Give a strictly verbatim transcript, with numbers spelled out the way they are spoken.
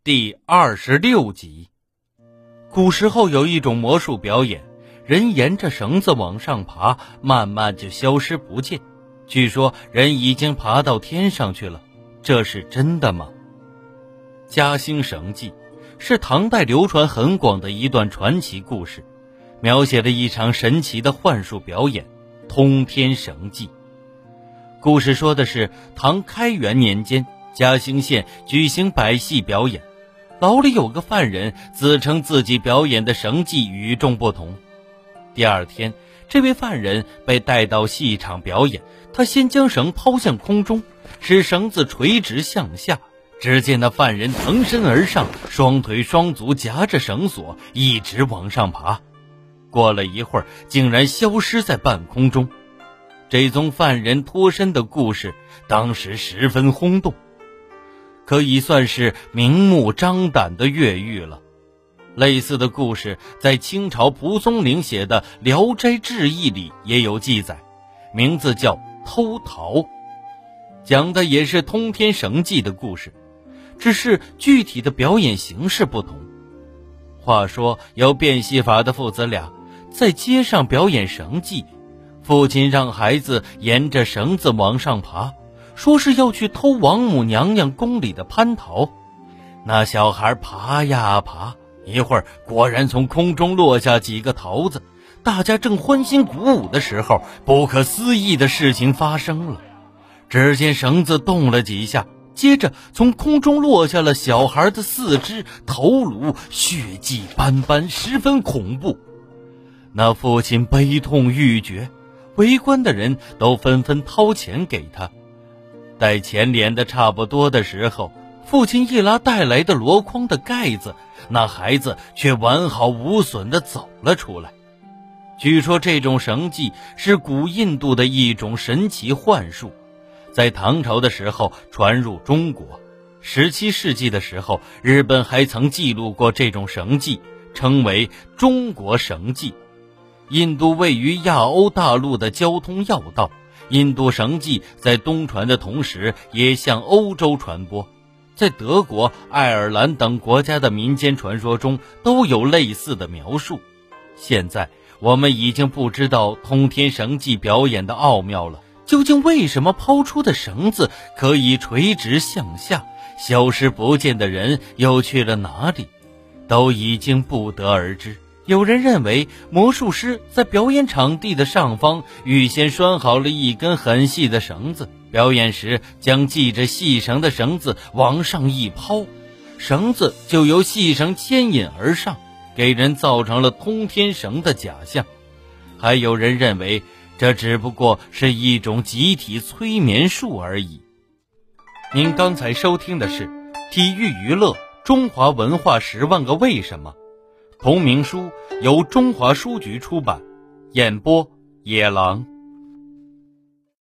第二十六集。古时候有一种魔术表演，人沿着绳子往上爬，慢慢就消失不见。据说人已经爬到天上去了，这是真的吗？嘉兴绳记是唐代流传很广的一段传奇故事，描写了一场神奇的幻术表演——通天绳记。故事说的是唐开元年间，嘉兴县举行百戏表演，牢里有个犯人自称自己表演的绳记与众不同。第二天，这位犯人被带到戏场表演，他先将绳抛向空中，使绳子垂直向下。只见那犯人腾身而上，双腿双足夹着绳索，一直往上爬。过了一会儿，竟然消失在半空中。这宗犯人脱身的故事当时十分轰动，可以算是明目张胆的越狱了。类似的故事在清朝蒲松龄写的《聊斋志异》里也有记载，名字叫《偷桃》，讲的也是通天绳记的故事，只是具体的表演形式不同。话说有变戏法的父子俩在街上表演绳记，父亲让孩子沿着绳子往上爬，说是要去偷王母娘娘宫里的蟠桃。那小孩爬呀爬，一会儿果然从空中落下几个桃子。大家正欢欣鼓舞的时候，不可思议的事情发生了。只见绳子动了几下，接着从空中落下了小孩的四肢，头颅血迹斑斑，十分恐怖。那父亲悲痛欲绝，围观的人都纷纷掏钱给他。待钱敛得差不多的时候，父亲一拉带来的箩筐的盖子，那孩子却完好无损地走了出来。据说这种绳记是古印度的一种神奇幻术，在唐朝的时候传入中国。十七世纪的时候，日本还曾记录过这种绳记，称为中国绳记。印度位于亚欧大陆的交通要道，印度绳记在东传的同时也向欧洲传播。在德国、爱尔兰等国家的民间传说中都有类似的描述。现在我们已经不知道通天绳记表演的奥妙了，究竟为什么抛出的绳子可以垂直向下，消失不见的人又去了哪里，都已经不得而知。有人认为魔术师在表演场地的上方预先拴好了一根很细的绳子，表演时将系着细绳的绳子往上一抛，绳子就由细绳牵引而上，给人造成了通天绳的假象。还有人认为这只不过是一种集体催眠术而已。您刚才收听的是体育娱乐中华文化十万个为什么，同名书由中华书局出版，演播野狼。